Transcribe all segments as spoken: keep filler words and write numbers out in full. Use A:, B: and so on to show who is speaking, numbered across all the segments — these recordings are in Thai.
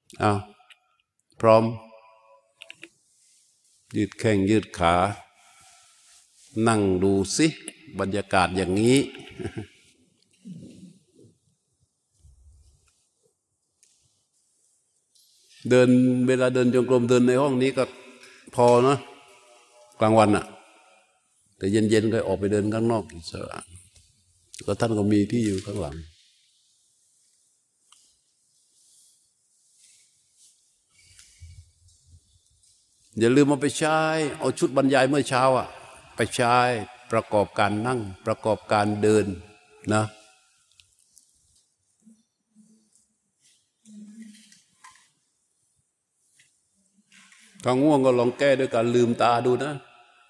A: อ้าวพร้อมยืดแข้งยืดขานั่งดูสิบรรยากาศอย่างนี้เดินเวลาเดินจงกรมเดินในห้องนี้ก็พอนะกลางวันอะแต่เย็นๆก็ออกไปเดินข้างนอกอิสระก็ท่านก็มีที่อยู่ข้างหลังอย่าลืมเอาไปใช้เอาชุดบรรยายเมื่อเช้าอะไปใช้ประกอบการนั่งประกอบการเดินนะถ้าง่วงก็ลองแก้ด้วยการลืมตาดูนะ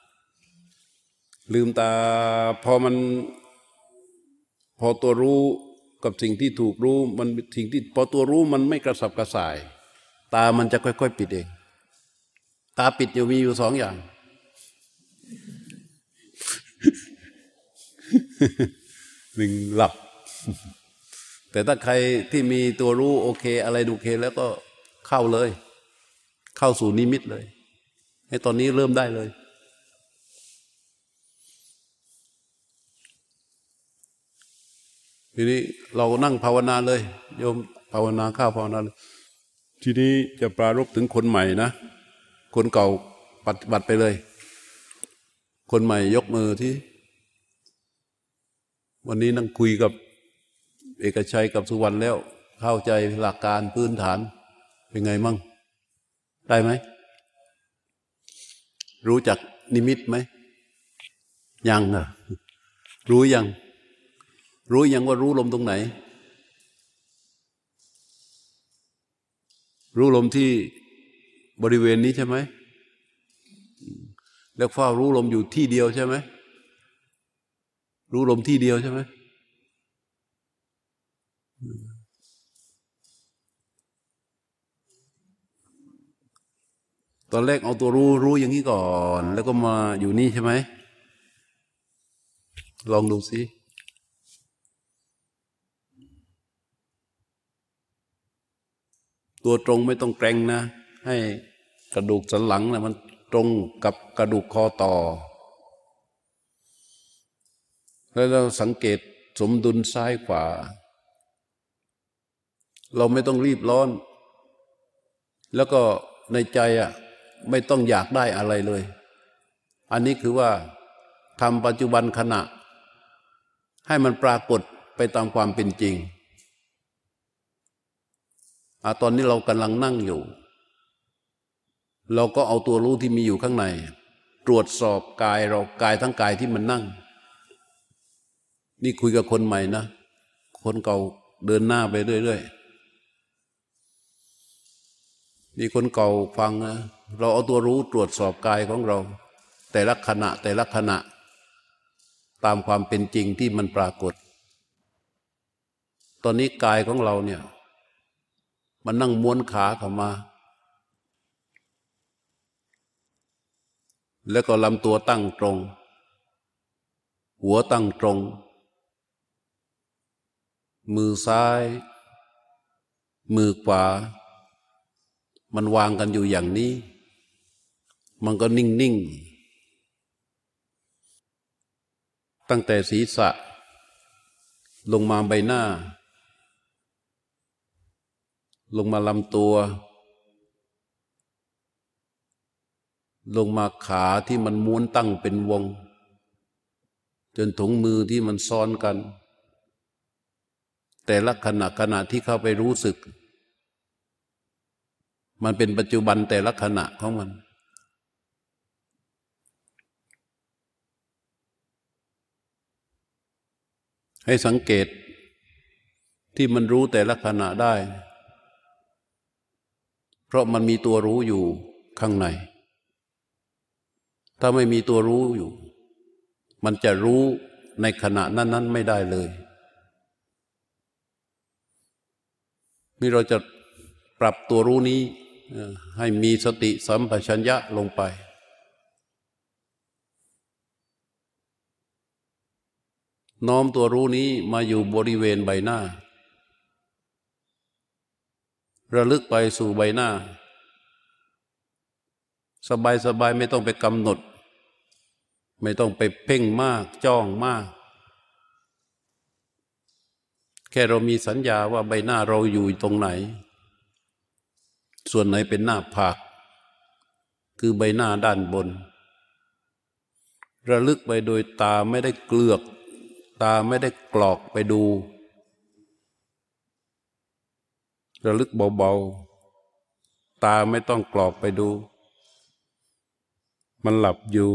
A: ลืมตาพอมันพอตัวรู้กับสิ่งที่ถูกรู้มันสิ่งที่พอตัวรู้มันไม่กระสับกระส่ายตามันจะค่อยๆปิดเองตาปิดอยู่มีอยู่สองอย่างหนึ่งหลับแต่ถ้าใครที่มีตัวรู้โอเคอะไรดูโอเคแล้วก็เข้าเลยเข้าสู่นิมิตเลยให้ตอนนี้เริ่มได้เลยทีนี้เรานั่งภาวนาเลยโยมภาวนาข้าวภาวนาเลยทีนี้จะปรารภถึงคนใหม่นะคนเก่าปฏิบัติไปเลยคนใหม่ยกมือที่วันนี้นั่งคุยกับเอกชัยกับสุวรรณแล้วเข้าใจหลักการพื้นฐานเป็นไงมั่งได้ไหมรู้จักนิมิตไหมยังอ่ะรู้ยังรู้ยังว่ารู้ลมตรงไหนรู้ลมที่บริเวณนี้ใช่ไหมแล้วเฝ้ารู้ลมอยู่ที่เดียวใช่ไหมรู้ลมที่เดียวใช่ไหมตอนแรกเอาตัวรู้รู้อย่างนี้ก่อนแล้วก็มาอยู่นี่ใช่ไหมลองดูสิตัวตรงไม่ต้องเกร็งนะให้กระดูกสันหลังนะมันตรงกับกระดูกคอต่อแล้วเราสังเกตสมดุลซ้ายขวาเราไม่ต้องรีบร้อนแล้วก็ในใจอ่ะไม่ต้องอยากได้อะไรเลยอันนี้คือว่าทำปัจจุบันขณะให้มันปรากฏไปตามความเป็นจริงอะตอนนี้เรากำลังนั่งอยู่เราก็เอาตัวรู้ที่มีอยู่ข้างในตรวจสอบกายเรากายทั้งกายที่มันนั่งนี่คุยกับคนใหม่นะคนเก่าเดินหน้าไปเรื่อยๆมีคนเก่าฟังนะเราเอาตัวรู้ตรวจสอบกายของเราแต่ละขณะแต่ละขณะตามความเป็นจริงที่มันปรากฏตอนนี้กายของเราเนี่ยมันนั่งม้วนขาเข้ามาแล้วก็ลำตัวตั้งตรงหัวตั้งตรงมือซ้ายมือขวามันวางกันอยู่อย่างนี้มันก็นิ่งๆตั้งแต่ศีรษะลงมาใบหน้าลงมาลำตัวลงมาขาที่มันม้วนตั้งเป็นวงจนถุงมือที่มันซ้อนกันแต่ละขณะขณะที่เข้าไปรู้สึกมันเป็นปัจจุบันแต่ละขณะของมันให้สังเกตที่มันรู้แต่ละขณะได้เพราะมันมีตัวรู้อยู่ข้างในถ้าไม่มีตัวรู้อยู่มันจะรู้ในขณะนั้นๆไม่ได้เลยนี่เราจะปรับตัวรู้นี้ให้มีสติสัมปชัญญะลงไปน้อมตัวรู้นี้มาอยู่บริเวณใบหน้าระลึกไปสู่ใบหน้าสบายสบายไม่ต้องไปกำหนดไม่ต้องไปเพ่งมากจ้องมากแค่เรามีสัญญาว่าใบหน้าเราอยู่ตรงไหนส่วนไหนเป็นหน้าผากคือใบหน้าด้านบนระลึกไปโดยตาไม่ได้เกลือกตาไม่ได้กรอกไปดูระลึกเบาๆตาไม่ต้องกรอกไปดูมันหลับอยู่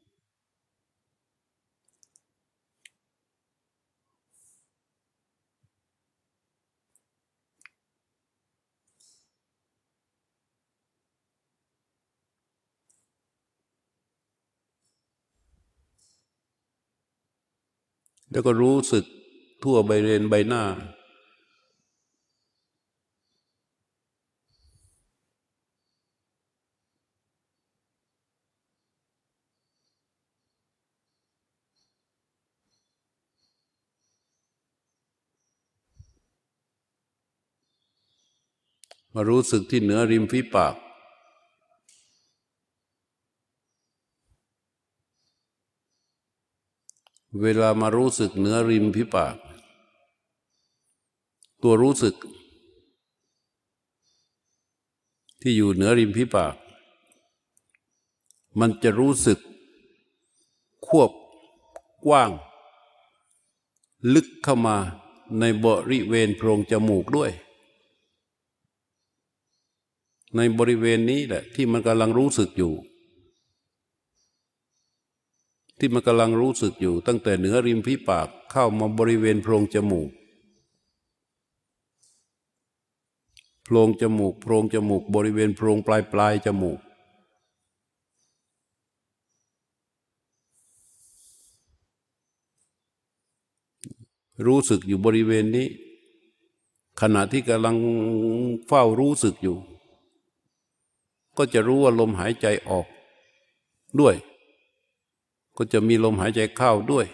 A: แล้วก็รู้สึกทั่วบริเวณใบหน้ามารู้สึกที่เหนือริมฝีปากเวลามารู้สึกเหนือริมฝีปากตัวรู้สึกที่อยู่เหนือริมฝีปากมันจะรู้สึกควบกว้างลึกเข้ามาในบริเวณโพรงจมูกด้วยในบริเวณนี้แหละที่มันกำลังรู้สึกอยู่ที่มันกำลังรู้สึกอยู่ตั้งแต่เหนือริมฝีปากเข้ามาบริเวณโพรงจมูกโพรงจมูกโพรงจมูกบริเวณโพรงปลายปลายจมูกรู้สึกอยู่บริเวณนี้ขณะที่กำลังเฝ้ารู้สึกอยู่ก็จะรู้ว่าลมหายใจออกด้วยก็จะมีลมหายใจเข้าด้วย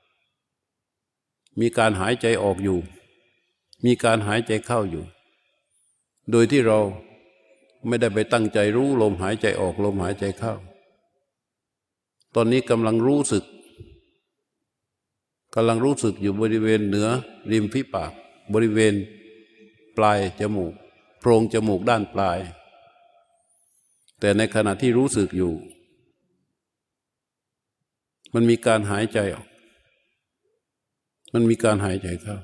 A: มีการหายใจออกอยู่มีการหายใจเข้าอยู่โดยที่เราไม่ได้ไปตั้งใจรู้ลมหายใจออกลมหายใจเข้าตอนนี้กำลังรู้สึกกำลังรู้สึกอยู่บริเวณเหนือริมฝีปากบริเวณปลายจมูกโพรงจมูกด้านปลายแต่ในขณะที่รู้สึกอยู่มันมีการหายใจออกมันมีการหายใจเข้า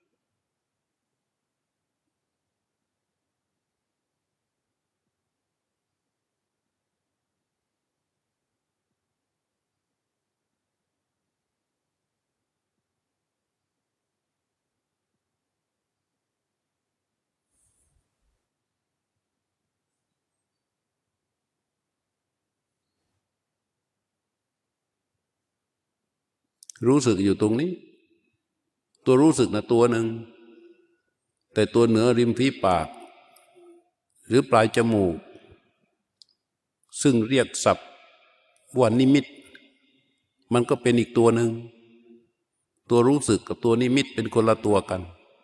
A: รู้สึกอยู่ตรงนี้ตัวรู้สึกนะตัวหนึ่งแต่ตัวเหนือริมฝีปากหรือปลายจมูกซึ่งเรียกศัพท์ว่านิมิตมันก็เป็นอีกตัวหนึ่งตัวรู้สึกกับตัวนิมิตเป็นคนละตัวกัน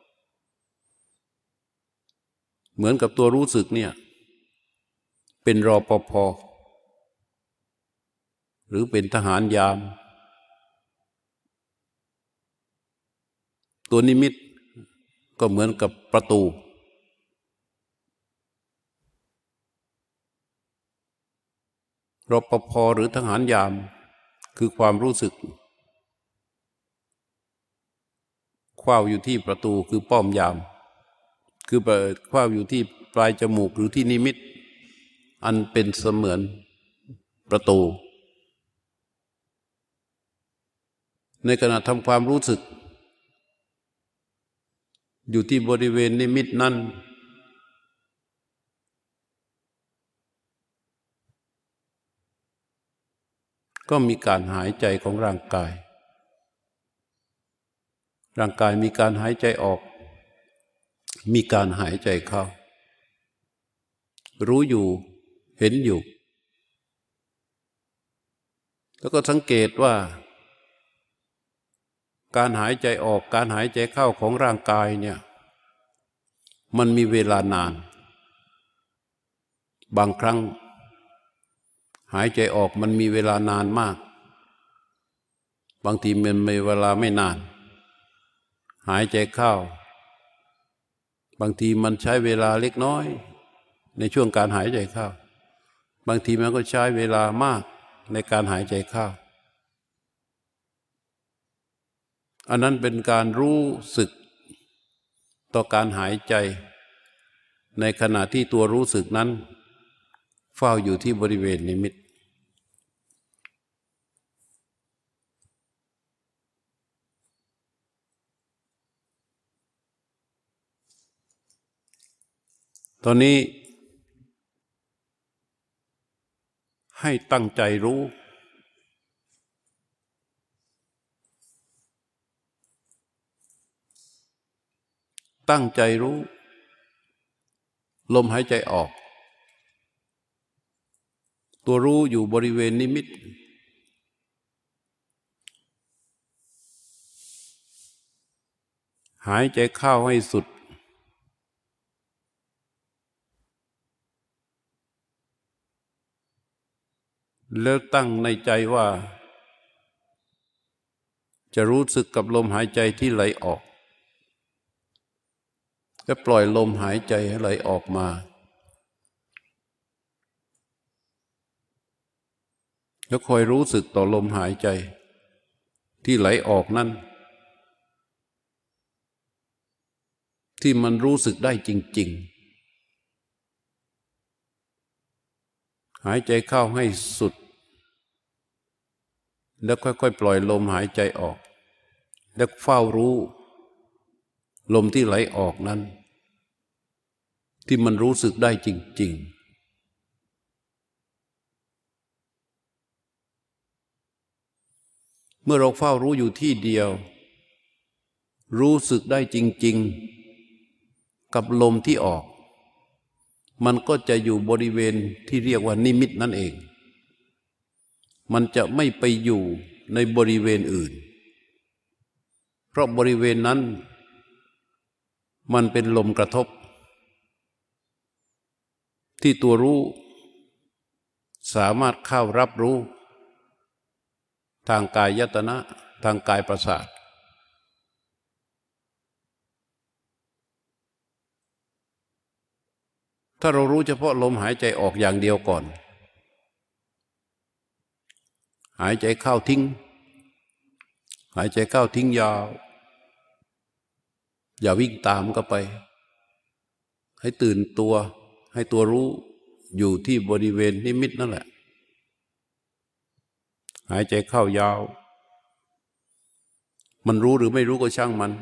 A: เหมือนกับตัวรู้สึกเนี่ยเป็นรปภ.หรือเป็นทหารยามตัวนิมิตก็เหมือนกับประตูรปภ.หรือทหารยามคือความรู้สึกคว้าอยู่ที่ประตูคือป้อมยามคือคว้าอยู่ที่ปลายจมูกหรือที่นิมิตอันเป็นเสมือนประตูในขณะทำความรู้สึกอยู่ที่บริเวณนิมิตนั้นก็มีการหายใจของร่างกายร่างกายมีการหายใจออกมีการหายใจเข้ารู้อยู่เห็นอยู่แล้วก็สังเกตว่าการหายใจออกการหายใจเข้าของร่างกายเนี่ยมันมีเวลานานบางครั้งหายใจออกมันมีเวลานานมากบางทีมันมีเวลาไม่นานหายใจเข้าบางทีมันใช้เวลาเล็กน้อยในช่วงการหายใจเข้าบางทีมันก็ใช้เวลามากในการหายใจเข้าอันนั้นเป็นการรู้สึกต่อการหายใจในขณะที่ตัวรู้สึกนั้นเฝ้าอยู่ที่บริเวณนิมิตตอนนี้ให้ตั้งใจรู้ตั้งใจรู้ลมหายใจออกตัวรู้อยู่บริเวณนิมิตหายใจเข้าให้สุดแล้วตั้งในใจว่าจะรู้สึกกับลมหายใจที่ไหลออกแล้วปล่อยลมหายใจให้ไหลออกมาแล้วคอยรู้สึกต่อลมหายใจที่ไหลออกนั้นที่มันรู้สึกได้จริงๆหายใจเข้าให้สุดแล้วค่อยๆปล่อยลมหายใจออกแล้วเฝ้ารู้ลมที่ไหลออกนั้นที่มันรู้สึกได้จริงๆเมื่อเราเฝ้ารู้อยู่ที่เดียวรู้สึกได้จริงๆกับลมที่ออกมันก็จะอยู่บริเวณที่เรียกว่านิมิตนั่นเองมันจะไม่ไปอยู่ในบริเวณอื่นเพราะบริเวณนั้นมันเป็นลมกระทบที่ตัวรู้สามารถเข้ารับรู้ทางกายตนะทางกายประสาทถ้าเรารู้เฉพาะลมหายใจออกอย่างเดียวก่อนหายใจเข้าทิ้งหายใจเข้าทิ้งยาวอย่าวิ่งตามก็ไปให้ตื่นตัวให้ตัวรู้อยู่ที่บริเวณนิมิตนั่นแหละหายใจเข้ายาวมันรู้หรือไม่รู้ก็ช่างมัน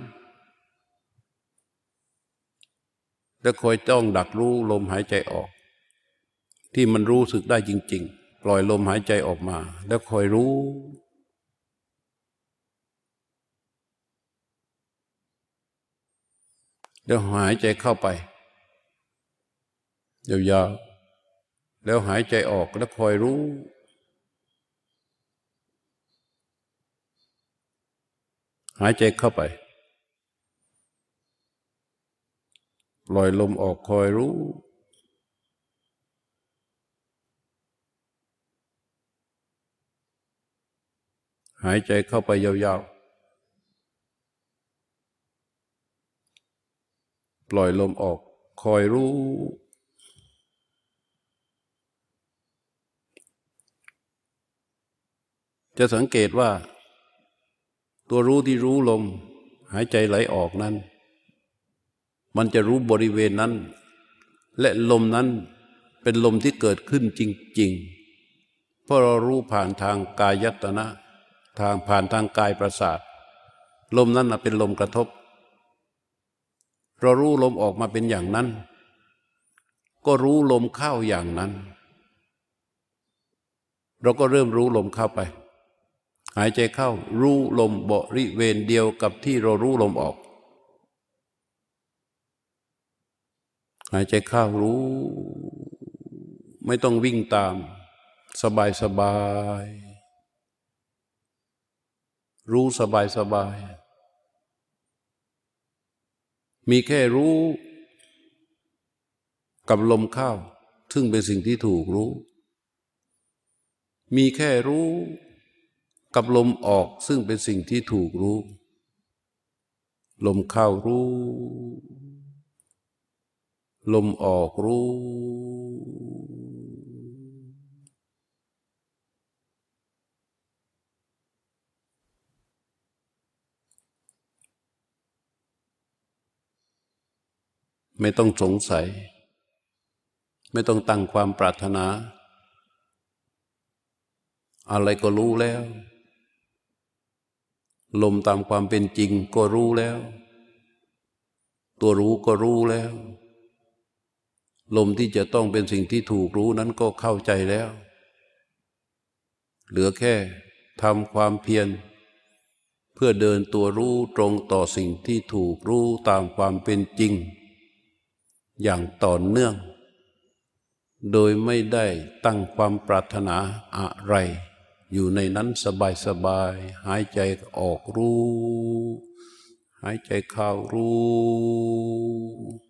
A: แล้วคอยจ้องดักรู้ลมหายใจออกที่มันรู้สึกได้จริงๆปล่อยลมหายใจออกมาแล้วคอยรู้แล้วหายใจเข้าไปยาวๆแล้วหายใจออกแล้วคอยรู้หายใจเข้าไปปล่อยลมออกคอยรู้หายใจเข้าไปยาวๆปล่อยลมออกคอยรู้จะสังเกตว่าตัวรู้ที่รู้ลมหายใจไหลออกนั้นมันจะรู้บริเวณนั้นและลมนั้นเป็นลมที่เกิดขึ้นจริงๆเพราะเรารู้ผ่านทางกายตนะทางผ่านทางกายประสาทลมนั้นเป็นลมกระทบเรารู้ลมออกมาเป็นอย่างนั้นก็รู้ลมเข้าอย่างนั้นเราก็เริ่มรู้ลมเข้าไปหายใจเข้ารู้ลมบริเวณเดียวกับที่เรารู้ลมออกหายใจเข้ารู้ไม่ต้องวิ่งตามสบายสบายรู้สบายสบายมีแค่รู้กับลมเข้าซึ่งเป็นสิ่งที่ถูกรู้มีแค่รู้กับลมออกซึ่งเป็นสิ่งที่ถูกรู้ลมเข้ารู้ลมออกรู้ไม่ต้องสงสัยไม่ต้องตั้งความปรารถนาอะไรก็รู้แล้วลมตามความเป็นจริงก็รู้แล้วตัวรู้ก็รู้แล้วลมที่จะต้องเป็นสิ่งที่ถูกรู้นั้นก็เข้าใจแล้วเหลือแค่ทำความเพียรเพื่อเดินตัวรู้ตรงต่อสิ่งที่ถูกรู้ตามความเป็นจริงอย่างต่อเนื่องโดยไม่ได้ตั้งความปรารถนาอะไรอยู่ในนั้นสบายๆหายใจออกรู้หายใจเข้ารู้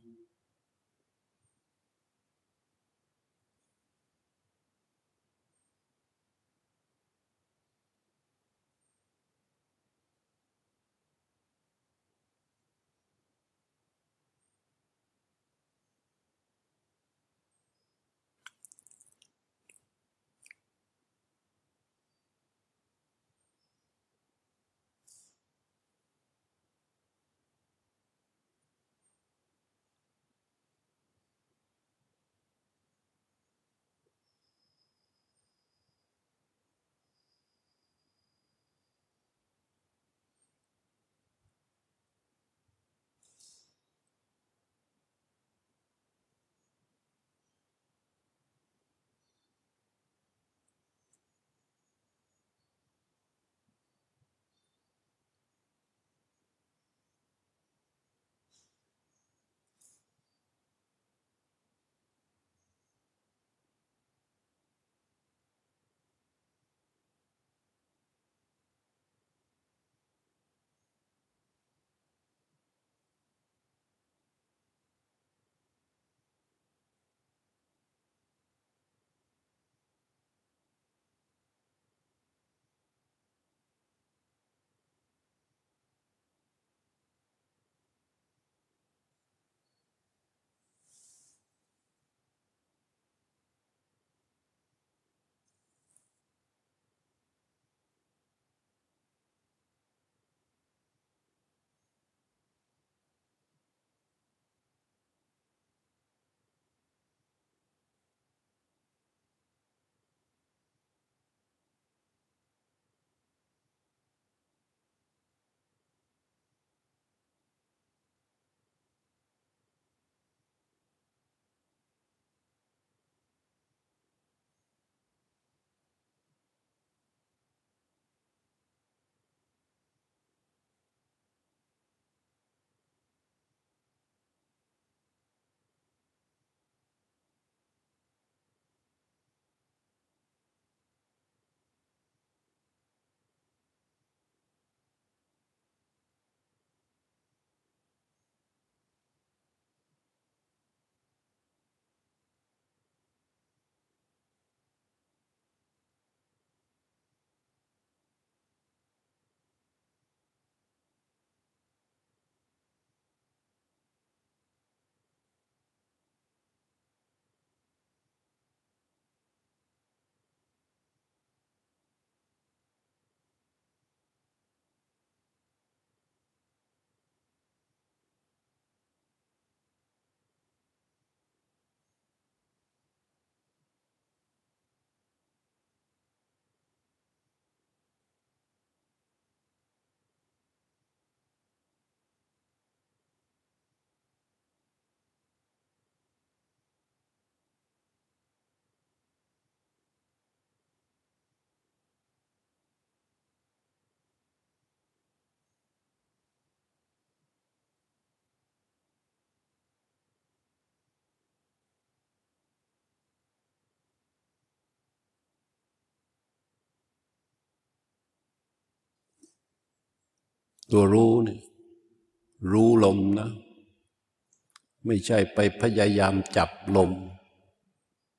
A: ตัวรู้เนี่ยรู้ลมนะไม่ใช่ไปพยายามจับลม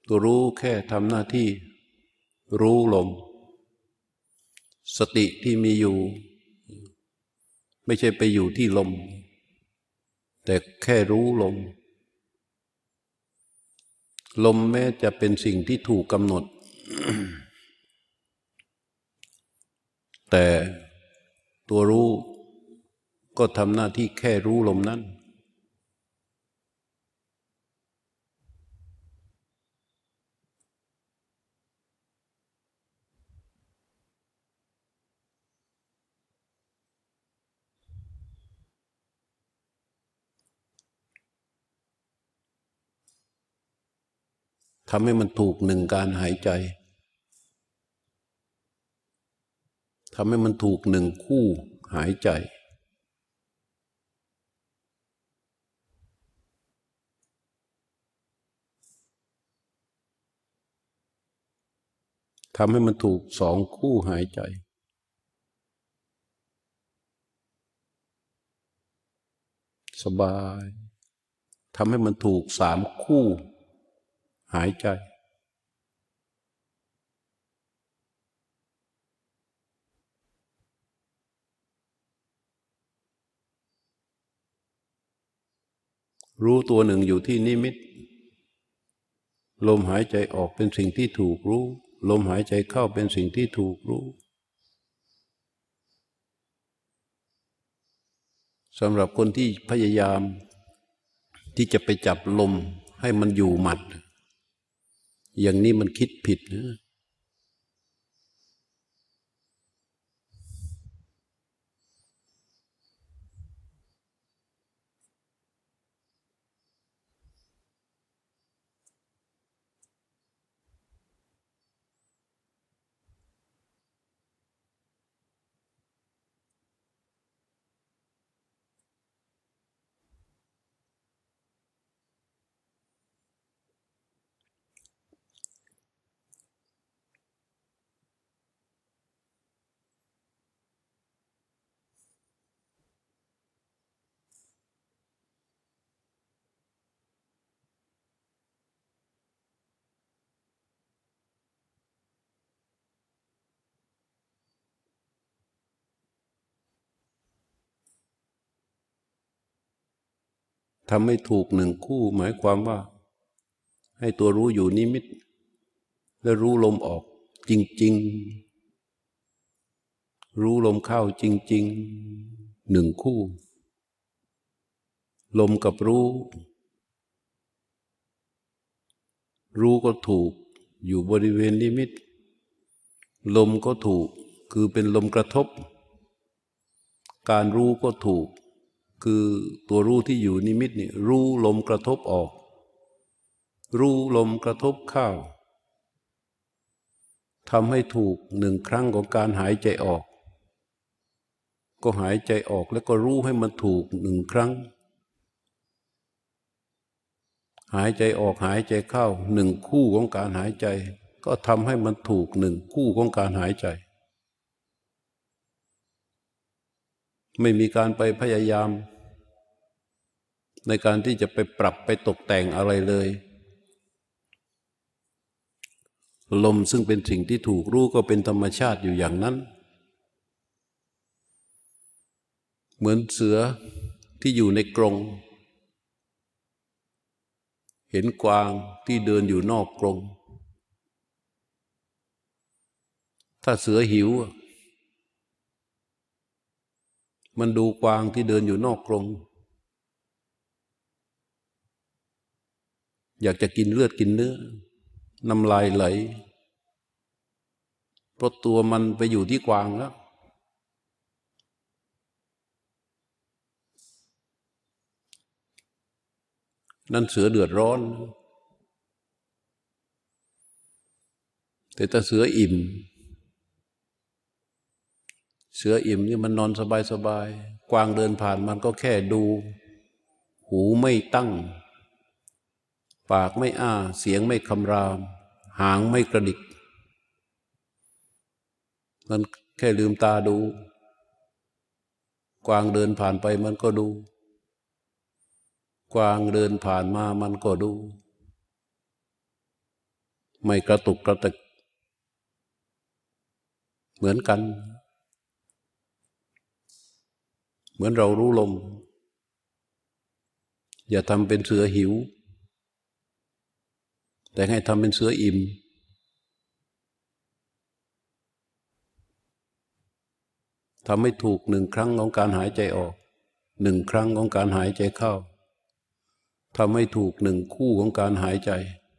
A: ตัวรู้แค่ทำหน้าที่รู้ลมสติที่มีอยู่ไม่ใช่ไปอยู่ที่ลมแต่แค่รู้ลมลมแม้จะเป็นสิ่งที่ถูกกำหนด แต่ตัวรู้ก็ทำหน้าที่แค่รู้ลมนั้นทำให้มันถูกหนึ่งการหายใจทำให้มันถูกหนึ่งคู่หายใจทำให้มันถูกสองคู่หายใจสบายทำให้มันถูกสามคู่หายใจรู้ตัวหนึ่งอยู่ที่นิมิตลมหายใจออกเป็นสิ่งที่ถูกรู้ลมหายใจเข้าเป็นสิ่งที่ถูกรู้สำหรับคนที่พยายามที่จะไปจับลมให้มันอยู่หมัดอย่างนี้มันคิดผิดนะทำให้ถูกหนึ่งคู่หมายความว่าให้ตัวรู้อยู่นิมิตและรู้ลมออกจริงๆรู้ลมเข้าจริงๆหนึ่งคู่ลมกับรู้รู้ก็ถูกอยู่บริเวณนิมิตลมก็ถูกคือเป็นลมกระทบการรู้ก็ถูกคือตัวรู้ที่อยู่นิมิตนี่รู้ลมกระทบออกรู้ลมกระทบเข้าทำให้ถูกหนึ่งครั้งของการหายใจออกก็หายใจออกแล้วก็รู้ให้มันถูกหนึ่งครั้งหายใจออกหายใจเข้าหนึ่งคู่ของการหายใจก็ทำให้มันถูกหนึ่งคู่ของการหายใจไม่มีการไปพยายามในการที่จะไปปรับไปตกแต่งอะไรเลยลมซึ่งเป็นสิ่งที่ถูกรู้ก็เป็นธรรมชาติอยู่อย่างนั้นเหมือนเสือที่อยู่ในกรงเห็นกวางที่เดินอยู่นอกกรงถ้าเสือหิวมันดูกวางที่เดินอยู่นอกกรงอยากจะกินเลือดกินเนื้อน้ำลายไหลเพราะตัวมันไปอยู่ที่กวางแล้วนั่นเสือเดือดร้อนแต่ถ้าเสืออิ่มเสืออิ่มนี่มันนอนสบายๆกวางเดินผ่านมันก็แค่ดูหูไม่ตั้งปากไม่อ้าเสียงไม่คำรามหางไม่กระดิกมันแค่ลืมตาดูกวางเดินผ่านไปมันก็ดูกวางเดินผ่านมามันก็ดูไม่กระตุกกระติกเหมือนกันเหมือนเรารู้ลมอย่าทำเป็นเสือหิวแต่ให้ทำเป็นเสืออิ่มทำให้ถูกหนึ่งครั้งของการหายใจออกหนึ่งครั้งของการหายใจเข้าทำให้ถูกหนึ่งคู่ของการหายใจ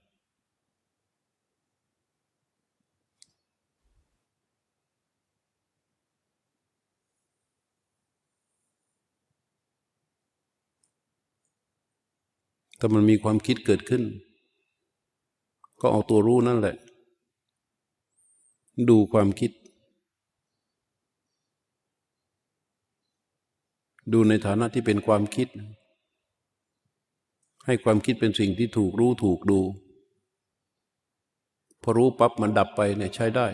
A: ถ้ามันมีความคิดเกิดขึ้นก็เอาตัวรู้นั่นแหละดูความคิดดูในฐานะที่เป็นความคิดให้ความคิดเป็นสิ่งที่ถูกรู้ถูกดูพอรู้ปั๊บมันดับไปเนี่ยใช้ได้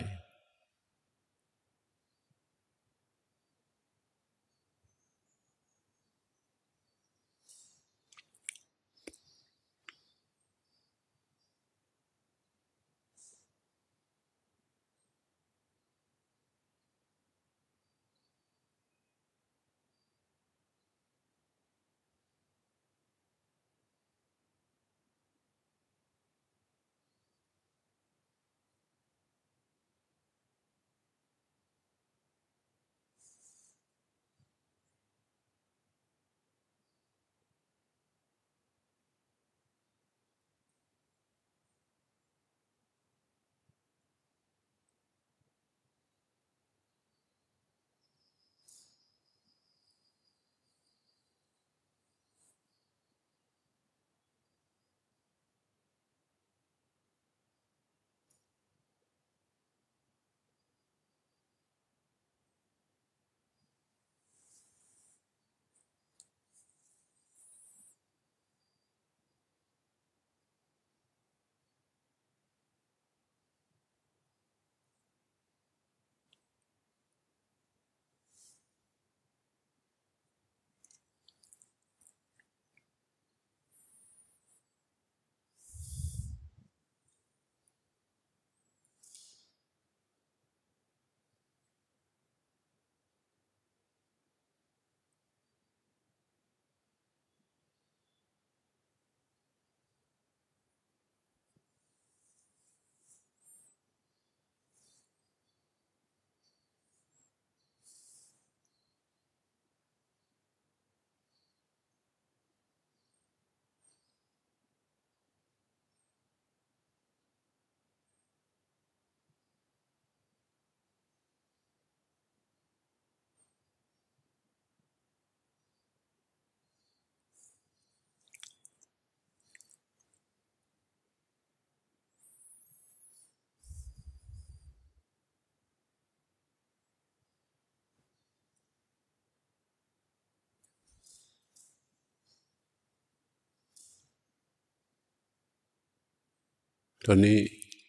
A: ตอนนี้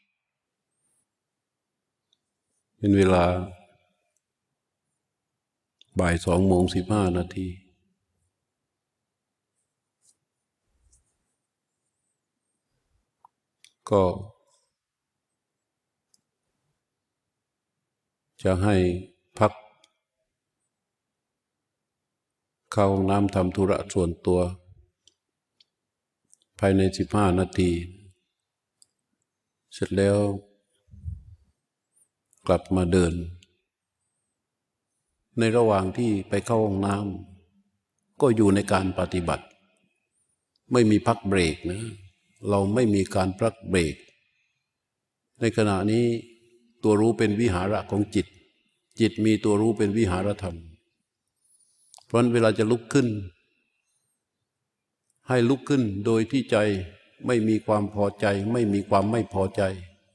A: เป็นเวลาบ่ายสองโมงสิบห้านาทีก็จะให้พักเข้าห้องน้ำทำธุระส่วนตัวภายในสิบห้านาทีเสร็จแล้วกลับมาเดินในระหว่างที่ไปเข้าห้องน้ำก็อยู่ในการปฏิบัติไม่มีพักเบรกนะเราไม่มีการพักเบรกในขณะนี้ตัวรู้เป็นวิหาระของจิตจิตมีตัวรู้เป็นวิหารธรรมเพราะฉะนั้นเวลาจะลุกขึ้นให้ลุกขึ้นโดยที่ใจไม่มีความพอใจไม่มีความไม่พอใจ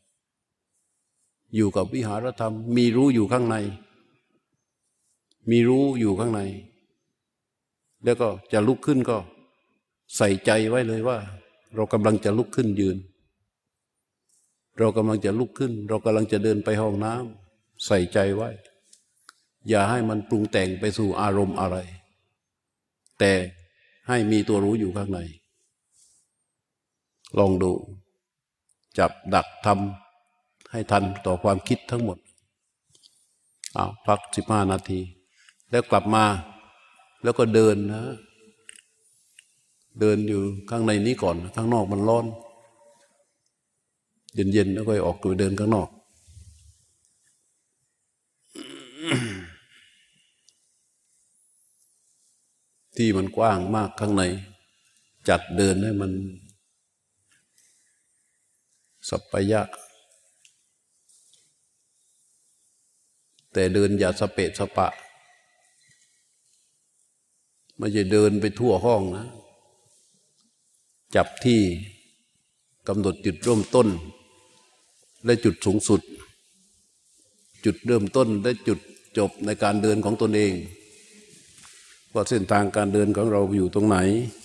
A: อยู่กับวิหารธรรมมีรู้อยู่ข้างในมีรู้อยู่ข้างในแล้วก็จะลุกขึ้นก็ใส่ใจไว้เลยว่าเรากำลังจะลุกขึ้นยืนเรากำลังจะลุกขึ้นเรากำลังจะเดินไปห้องน้ำใส่ใจไว้อย่าให้มันปรุงแต่งไปสู่อารมณ์อะไรแต่ให้มีตัวรู้อยู่ข้างในลองดูจับดักทำให้ทันต่อความคิดทั้งหมดเอาพักสิบห้านาที แล้วกลับมาแล้วก็เดินนะเดินอยู่ข้างในนี้ก่อนข้างนอกมันร้อนเย็นๆแล้วก็ออกไปเดินข้างนอกที่มันกว้างมากข้างในจัดเดินให้มันสัปปายะแต่เดินอย่าสเปะสปะไม่ใช่เดินไปทั่วห้องนะจับที่กำหนดจุดเริ่มต้นและจุดสูงสุดจุดเริ่มต้นและจุดจบในการเดินของตนเองว่าเส้นทางการเดินของเราอยู่ตรงไหน